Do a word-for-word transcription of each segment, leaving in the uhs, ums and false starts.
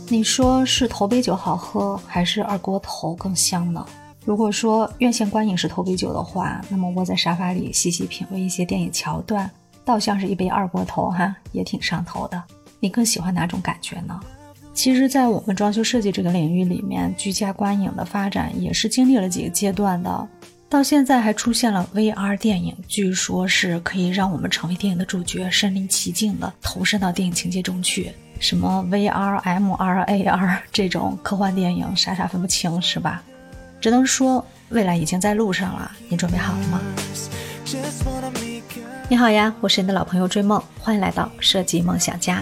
你说是头杯酒好喝，还是二锅头更香呢？如果说院线观影是头杯酒的话，那么窝在沙发里细细品味一些电影桥段，倒像是一杯二锅头哈，也挺上头的。你更喜欢哪种感觉呢？其实在我们装修设计这个领域里面，居家观影的发展也是经历了几个阶段的，到现在还出现了 V R 电影，据说是可以让我们成为电影的主角，身临其境的投身到电影情节中去。什么 V R、M R、A R 这种科幻电影傻傻分不清是吧？只能说未来已经在路上了，你准备好了吗？你好呀，我是你的老朋友追梦，欢迎来到设计梦想家。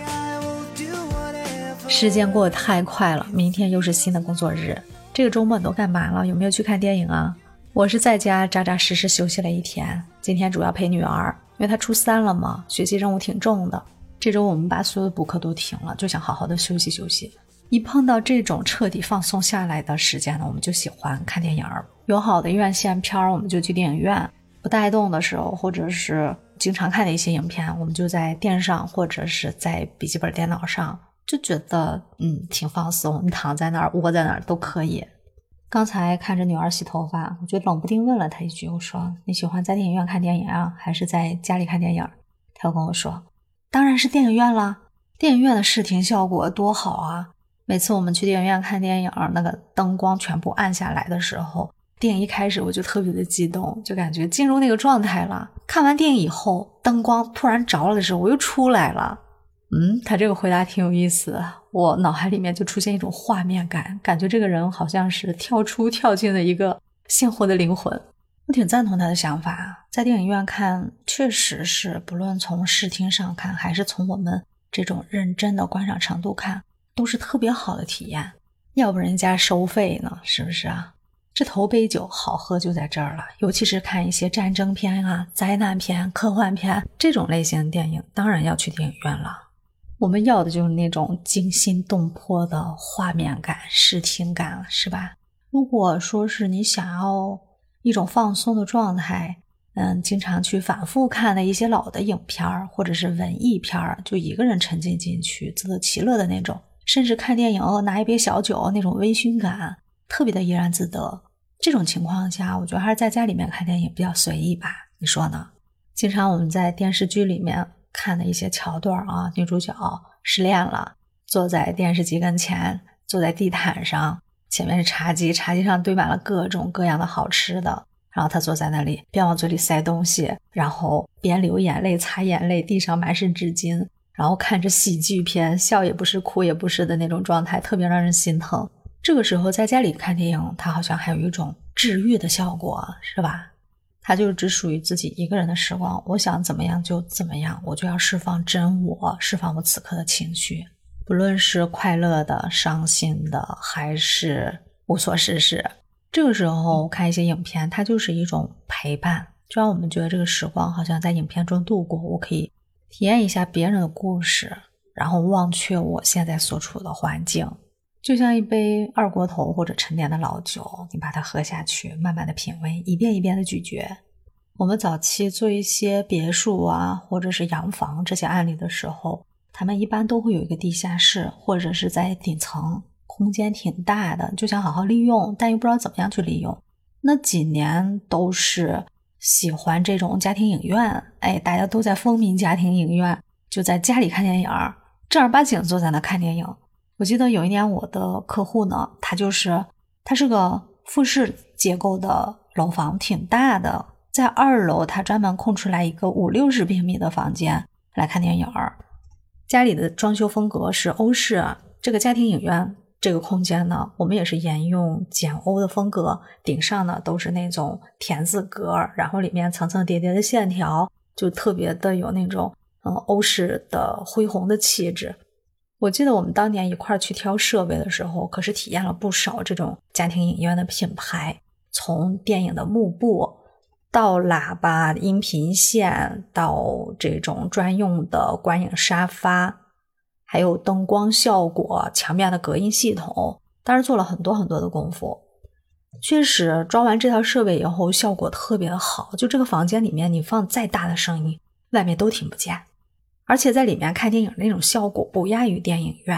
时间过得太快了，明天又是新的工作日。这个周末你都干嘛了？有没有去看电影啊？我是在家扎扎实实休息了一天，今天主要陪女儿，因为她初三了嘛，学习任务挺重的。这周我们把所有的补课都停了，就想好好的休息休息。一碰到这种彻底放松下来的时间呢，我们就喜欢看电影。有好的院线片我们就去电影院，不带动的时候或者是经常看的一些影片，我们就在电视上或者是在笔记本电脑上，就觉得嗯挺放松，你躺在那儿窝在那儿都可以。刚才看着女儿洗头发，我就冷不丁问了她一句，我说你喜欢在电影院看电影啊，还是在家里看电影？她又跟我说当然是电影院啦，电影院的视听效果多好啊！每次我们去电影院看电影，那个灯光全部暗下来的时候，电影一开始我就特别的激动，就感觉进入那个状态了。看完电影以后，灯光突然着了的时候，我又出来了。嗯，他这个回答挺有意思的，我脑海里面就出现一种画面感，感觉这个人好像是跳出跳进的一个鲜活的灵魂。我挺赞同他的想法，在电影院看确实是不论从视听上看还是从我们这种认真的观赏程度看，都是特别好的体验，要不人家收费呢，是不是啊？这头杯酒好喝就在这儿了，尤其是看一些战争片啊、灾难片、科幻片这种类型的电影，当然要去电影院了。我们要的就是那种惊心动魄的画面感、视听感，是吧？如果说是你想要一种放松的状态，嗯，经常去反复看的一些老的影片或者是文艺片，就一个人沉浸进去自得其乐的那种，甚至看电影拿一杯小酒那种微醺感，特别的怡然自得。这种情况下，我觉得还是在家里面看电影比较随意吧，你说呢？经常我们在电视剧里面看的一些桥段啊，女主角失恋了，坐在电视机跟前，坐在地毯上，前面是茶几，茶几上堆满了各种各样的好吃的，然后她坐在那里边往嘴里塞东西，然后边流眼泪擦眼泪，地上满是纸巾，然后看着喜剧片，笑也不是哭也不是的那种状态，特别让人心疼。这个时候在家里看电影，它好像还有一种治愈的效果，是吧？它就只属于自己一个人的时光，我想怎么样就怎么样，我就要释放真我，释放我此刻的情绪，不论是快乐的、伤心的，还是无所事事。这个时候看一些影片，它就是一种陪伴，就让我们觉得这个时光好像在影片中度过，我可以体验一下别人的故事，然后忘却我现在所处的环境。就像一杯二锅头或者陈年的老酒，你把它喝下去，慢慢的品味，一遍一遍的咀嚼。我们早期做一些别墅啊，或者是洋房这些案例的时候，他们一般都会有一个地下室，或者是在顶层，空间挺大的，就想好好利用，但又不知道怎么样去利用。那几年都是喜欢这种家庭影院，哎，大家都在风靡家庭影院，就在家里看电影，正儿八经坐在那看电影。我记得有一年我的客户呢，他就是他是个复式结构的楼房，挺大的，在二楼他专门空出来一个五六十平米的房间来看电影。家里的装修风格是欧式，这个家庭影院这个空间呢，我们也是沿用简欧的风格，顶上呢都是那种田字格，然后里面层层叠叠的线条，就特别的有那种嗯欧式的恢宏的气质。我记得我们当年一块去挑设备的时候，可是体验了不少这种家庭影院的品牌，从电影的幕布到喇叭、音频线，到这种专用的观影沙发，还有灯光效果、墙面的隔音系统，当然做了很多很多的功夫。确实装完这套设备以后效果特别的好，就这个房间里面你放再大的声音，外面都听不见。而且在里面看电影那种效果不亚于电影院，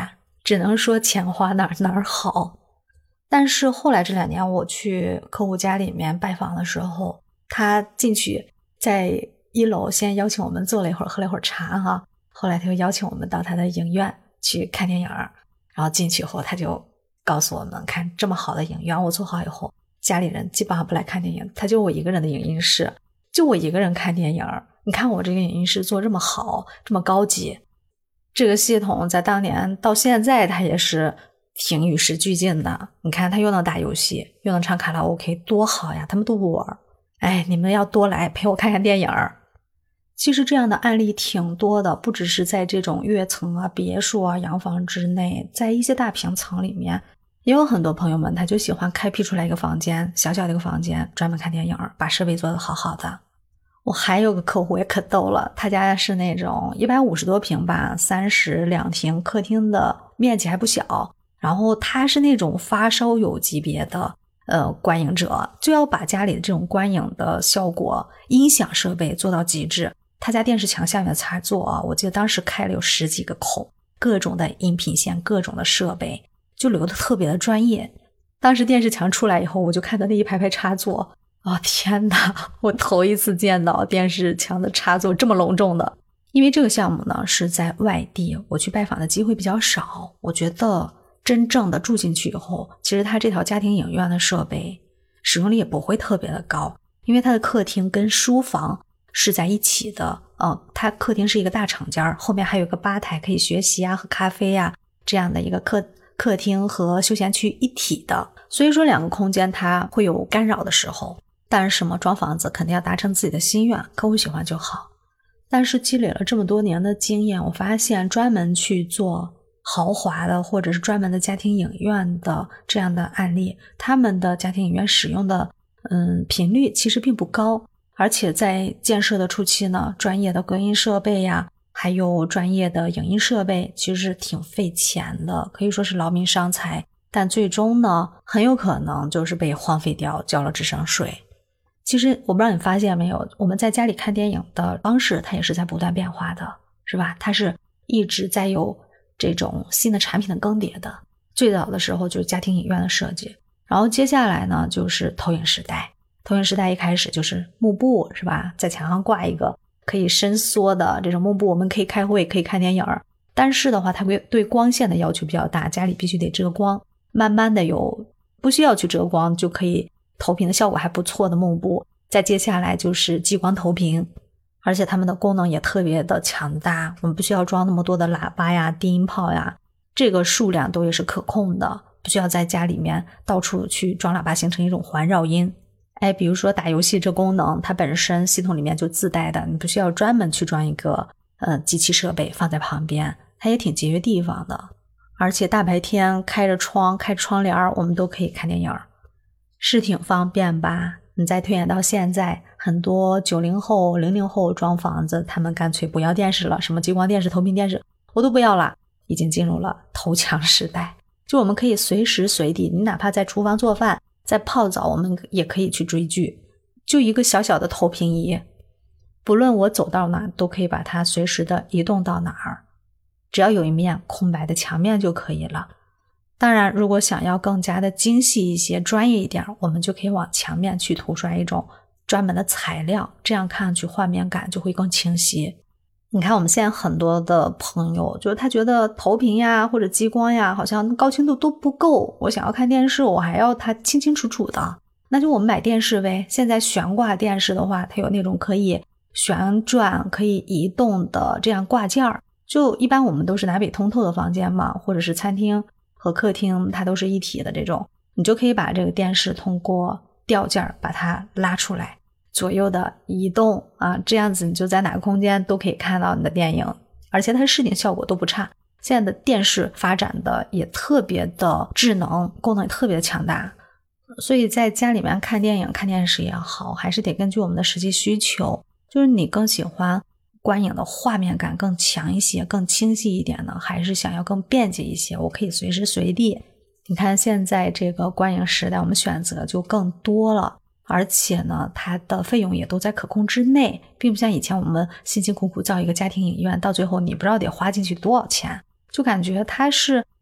只能说钱花哪儿哪儿好。但是后来这两年我去客户家里面拜访的时候，他进去在一楼先邀请我们坐了一会儿，喝了一会儿茶哈，后来他又邀请我们到他的影院去看电影，然后进去后他就告诉我们，看这么好的影院我做好以后，家里人基本上不来看电影，他就我一个人的影音室，就我一个人看电影，你看我这个影音室做这么好，这么高级。这个系统在当年到现在它也是挺与时俱进的，你看它又能打游戏又能唱卡拉 OK， 多好呀，他们都不玩。哎，你们要多来陪我看看电影。其实这样的案例挺多的，不只是在这种跃层啊、别墅啊、洋房之内，在一些大平层里面也有很多朋友们他就喜欢开辟出来一个房间，小小的一个房间专门看电影，把设备做得好好的。我还有个客户也可逗了，他家是那种一百五十多平吧，三室两厅，客厅的面积还不小，然后他是那种发烧友级别的呃观影者，就要把家里的这种观影的效果音响设备做到极致。他家电视墙下面的插座啊，我记得当时开了有十几个孔，各种的音频线，各种的设备，就留的特别的专业。当时电视墙出来以后，我就看到那一排排插座，哦天哪，我头一次见到电视墙的插座这么隆重的。因为这个项目呢是在外地，我去拜访的机会比较少，我觉得真正的住进去以后，其实它这套家庭影院的设备使用率也不会特别的高，因为它的客厅跟书房是在一起的，呃，它客厅是一个大敞间，后面还有个吧台可以学习啊、喝咖啡啊，这样的一个客客厅和休闲区一体的。所以说两个空间它会有干扰的时候，但是什么装房子肯定要达成自己的心愿，客户喜欢就好。但是积累了这么多年的经验，我发现专门去做豪华的或者是专门的家庭影院的这样的案例，他们的家庭影院使用的嗯频率其实并不高，而且在建设的初期呢，专业的隔音设备呀，还有专业的影音设备其实是挺费钱的，可以说是劳民伤财，但最终呢很有可能就是被荒废掉，交了智商税。其实我不知道你发现没有，我们在家里看电影的方式它也是在不断变化的，是吧？它是一直在有这种新的产品的更迭的。最早的时候就是家庭影院的设计，然后接下来呢就是投影时代。投影时代一开始就是幕布，是吧？在墙上挂一个可以伸缩的这种幕布，我们可以开会可以看电影，但是的话它会对光线的要求比较大，家里必须得遮光。慢慢的有不需要去遮光就可以投屏的效果还不错的幕布，再接下来就是激光投屏，而且它们的功能也特别的强大，我们不需要装那么多的喇叭呀、低音炮呀，这个数量都也是可控的，不需要在家里面到处去装喇叭形成一种环绕音。哎，比如说打游戏这功能，它本身系统里面就自带的，你不需要专门去装一个呃机器设备放在旁边，它也挺节约地方的。而且大白天开着窗开着窗帘我们都可以看电影，是挺方便吧。你再推演到现在，很多九零后零零后装房子，他们干脆不要电视了，什么激光电视投屏电视我都不要了，已经进入了头墙时代。就我们可以随时随地，你哪怕在厨房做饭在泡澡，我们也可以去追剧，就一个小小的投屏仪，不论我走到哪都可以把它随时的移动到哪儿，只要有一面空白的墙面就可以了。当然如果想要更加的精细一些专业一点，我们就可以往墙面去涂刷一种专门的材料，这样看上去画面感就会更清晰。你看我们现在很多的朋友就是他觉得投屏呀或者激光呀好像高清度都不够，我想要看电视我还要它清清楚楚的，那就我们买电视呗。现在悬挂电视的话，它有那种可以旋转可以移动的这样挂件儿，就一般我们都是南北通透的房间嘛，或者是餐厅和客厅它都是一体的这种，你就可以把这个电视通过吊件把它拉出来，左右的移动啊，这样子你就在哪个空间都可以看到你的电影，而且它的视听效果都不差。现在的电视发展的也特别的智能，功能也特别的强大，所以在家里面看电影看电视也好，还是得根据我们的实际需求，就是你更喜欢观影的画面感更强一些更清晰一点呢，还是想要更便捷一些，我可以随时随地。你看现在这个观影时代我们选择就更多了，而且呢它的费用也都在可控之内，并不像以前我们辛辛苦苦造一个家庭影院，到最后你不知道得花进去多少钱，就感觉它是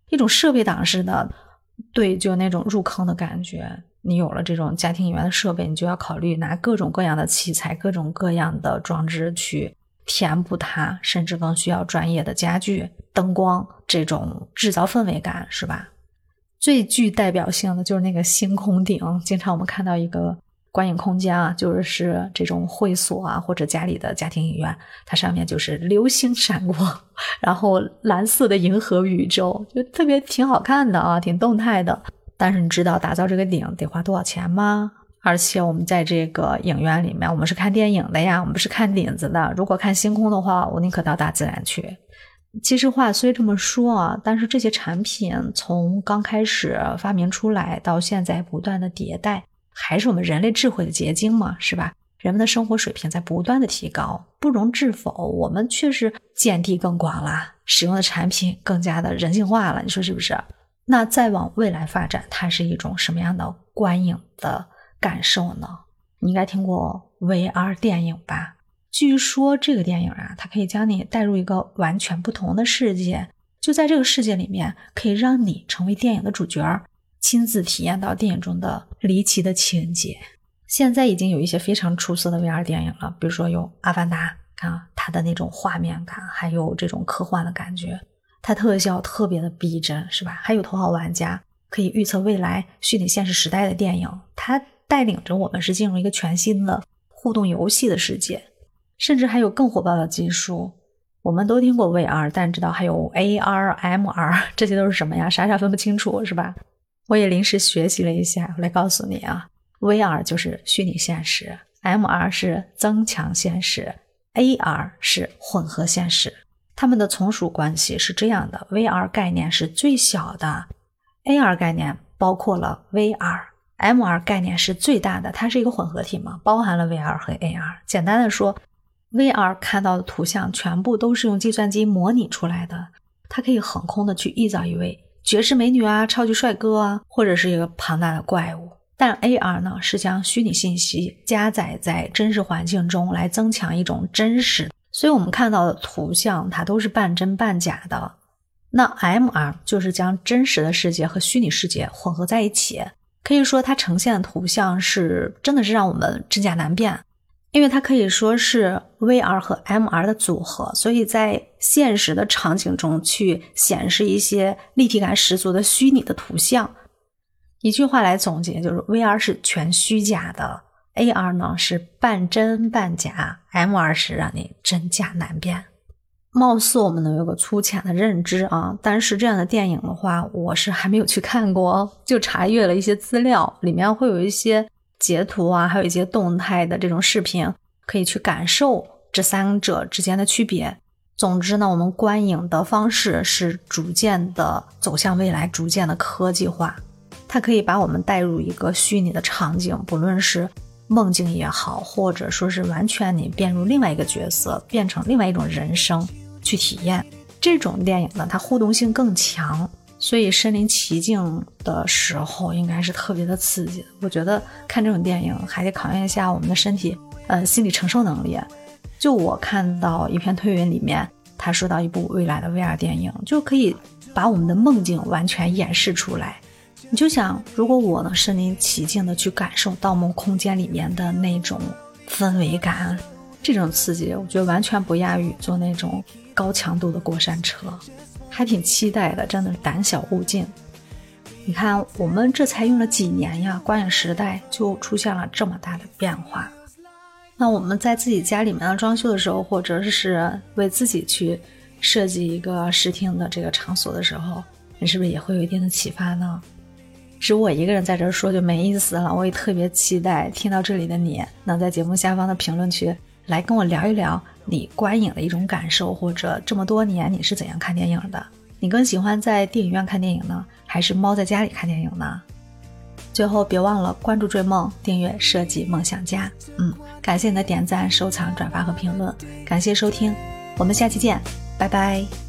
一种设备党式的，对，就那种入坑的感觉。你有了这种家庭影院的设备，你就要考虑拿各种各样的器材，各种各样的装置去填补它，甚至更需要专业的家具、灯光，这种制造氛围感，是吧？最具代表性的就是那个星空顶，经常我们看到一个观影空间啊，就是是这种会所啊，或者家里的家庭影院，它上面就是流星闪过，然后蓝色的银河宇宙，就特别挺好看的啊，挺动态的。但是你知道打造这个顶得花多少钱吗？而且我们在这个影院里面，我们是看电影的呀，我们不是看顶子的。如果看星空的话，我宁可到大自然去。其实话虽这么说啊，但是这些产品从刚开始发明出来到现在不断的迭代，还是我们人类智慧的结晶嘛，是吧？人们的生活水平在不断的提高，不容置否，我们确实见地更广了，使用的产品更加的人性化了，你说是不是？那再往未来发展，它是一种什么样的观影的感受呢？你应该听过 V R 电影吧？据说这个电影啊，它可以将你带入一个完全不同的世界，就在这个世界里面，可以让你成为电影的主角，亲自体验到电影中的离奇的情节。现在已经有一些非常出色的 V R 电影了，比如说有《阿凡达》，看啊，它的那种画面感，还有这种科幻的感觉。它特效特别的逼真，是吧？还有头号玩家，可以预测未来虚拟现实时代的电影，它带领着我们是进入一个全新的互动游戏的世界。甚至还有更火爆的技术，我们都听过 V R， 但知道还有 A R、M R， 这些都是什么呀？傻傻分不清楚，是吧？我也临时学习了一下，我来告诉你啊 ，V R 就是虚拟现实， M R 是增强现实， A R 是混合现实。它们的从属关系是这样的， V R 概念是最小的， A R 概念包括了 V R， M R 概念是最大的，它是一个混合体嘛，包含了 V R 和 A R。 简单的说， V R 看到的图像全部都是用计算机模拟出来的，它可以横空的去臆造一位绝世美女啊、超级帅哥啊，或者是一个庞大的怪物。但 A R 呢，是将虚拟信息加载在真实环境中来增强一种真实，所以我们看到的图像它都是半真半假的。那 M R 就是将真实的世界和虚拟世界混合在一起，可以说它呈现的图像是真的是让我们真假难辨，因为它可以说是 V R 和 M R 的组合，所以在现实的场景中去显示一些立体感十足的虚拟的图像。一句话来总结，就是 V R 是全虚假的， A R 呢是半真半假， M R 是让你真假难辨。貌似我们能有个粗浅的认知啊，但是这样的电影的话，我是还没有去看过，就查阅了一些资料，里面会有一些截图啊，还有一些动态的这种视频，可以去感受这三者之间的区别。总之呢，我们观影的方式是逐渐的走向未来，逐渐的科技化，它可以把我们带入一个虚拟的场景，不论是梦境也好，或者说是完全你变入另外一个角色，变成另外一种人生去体验。这种电影呢，它互动性更强，所以身临其境的时候应该是特别的刺激。我觉得看这种电影还得考验一下我们的身体呃心理承受能力。就我看到一篇推文里面，他说到一部未来的 V R 电影，就可以把我们的梦境完全演示出来。你就想，如果我能身临其境的去感受《盗梦空间》里面的那种氛围感，这种刺激我觉得完全不亚于做那种高强度的过山车，还挺期待的，真的是胆小勿近。你看我们这才用了几年呀，观影时代就出现了这么大的变化。那我们在自己家里面的装修的时候，或者是为自己去设计一个视听的这个场所的时候，你是不是也会有一定的启发呢？只我一个人在这说就没意思了，我也特别期待听到这里的你能在节目下方的评论区来跟我聊一聊你观影的一种感受，或者这么多年你是怎样看电影的？你更喜欢在电影院看电影呢，还是猫在家里看电影呢？最后别忘了关注追梦，订阅设计梦想家。嗯，感谢你的点赞、收藏、转发和评论，感谢收听，我们下期见，拜拜。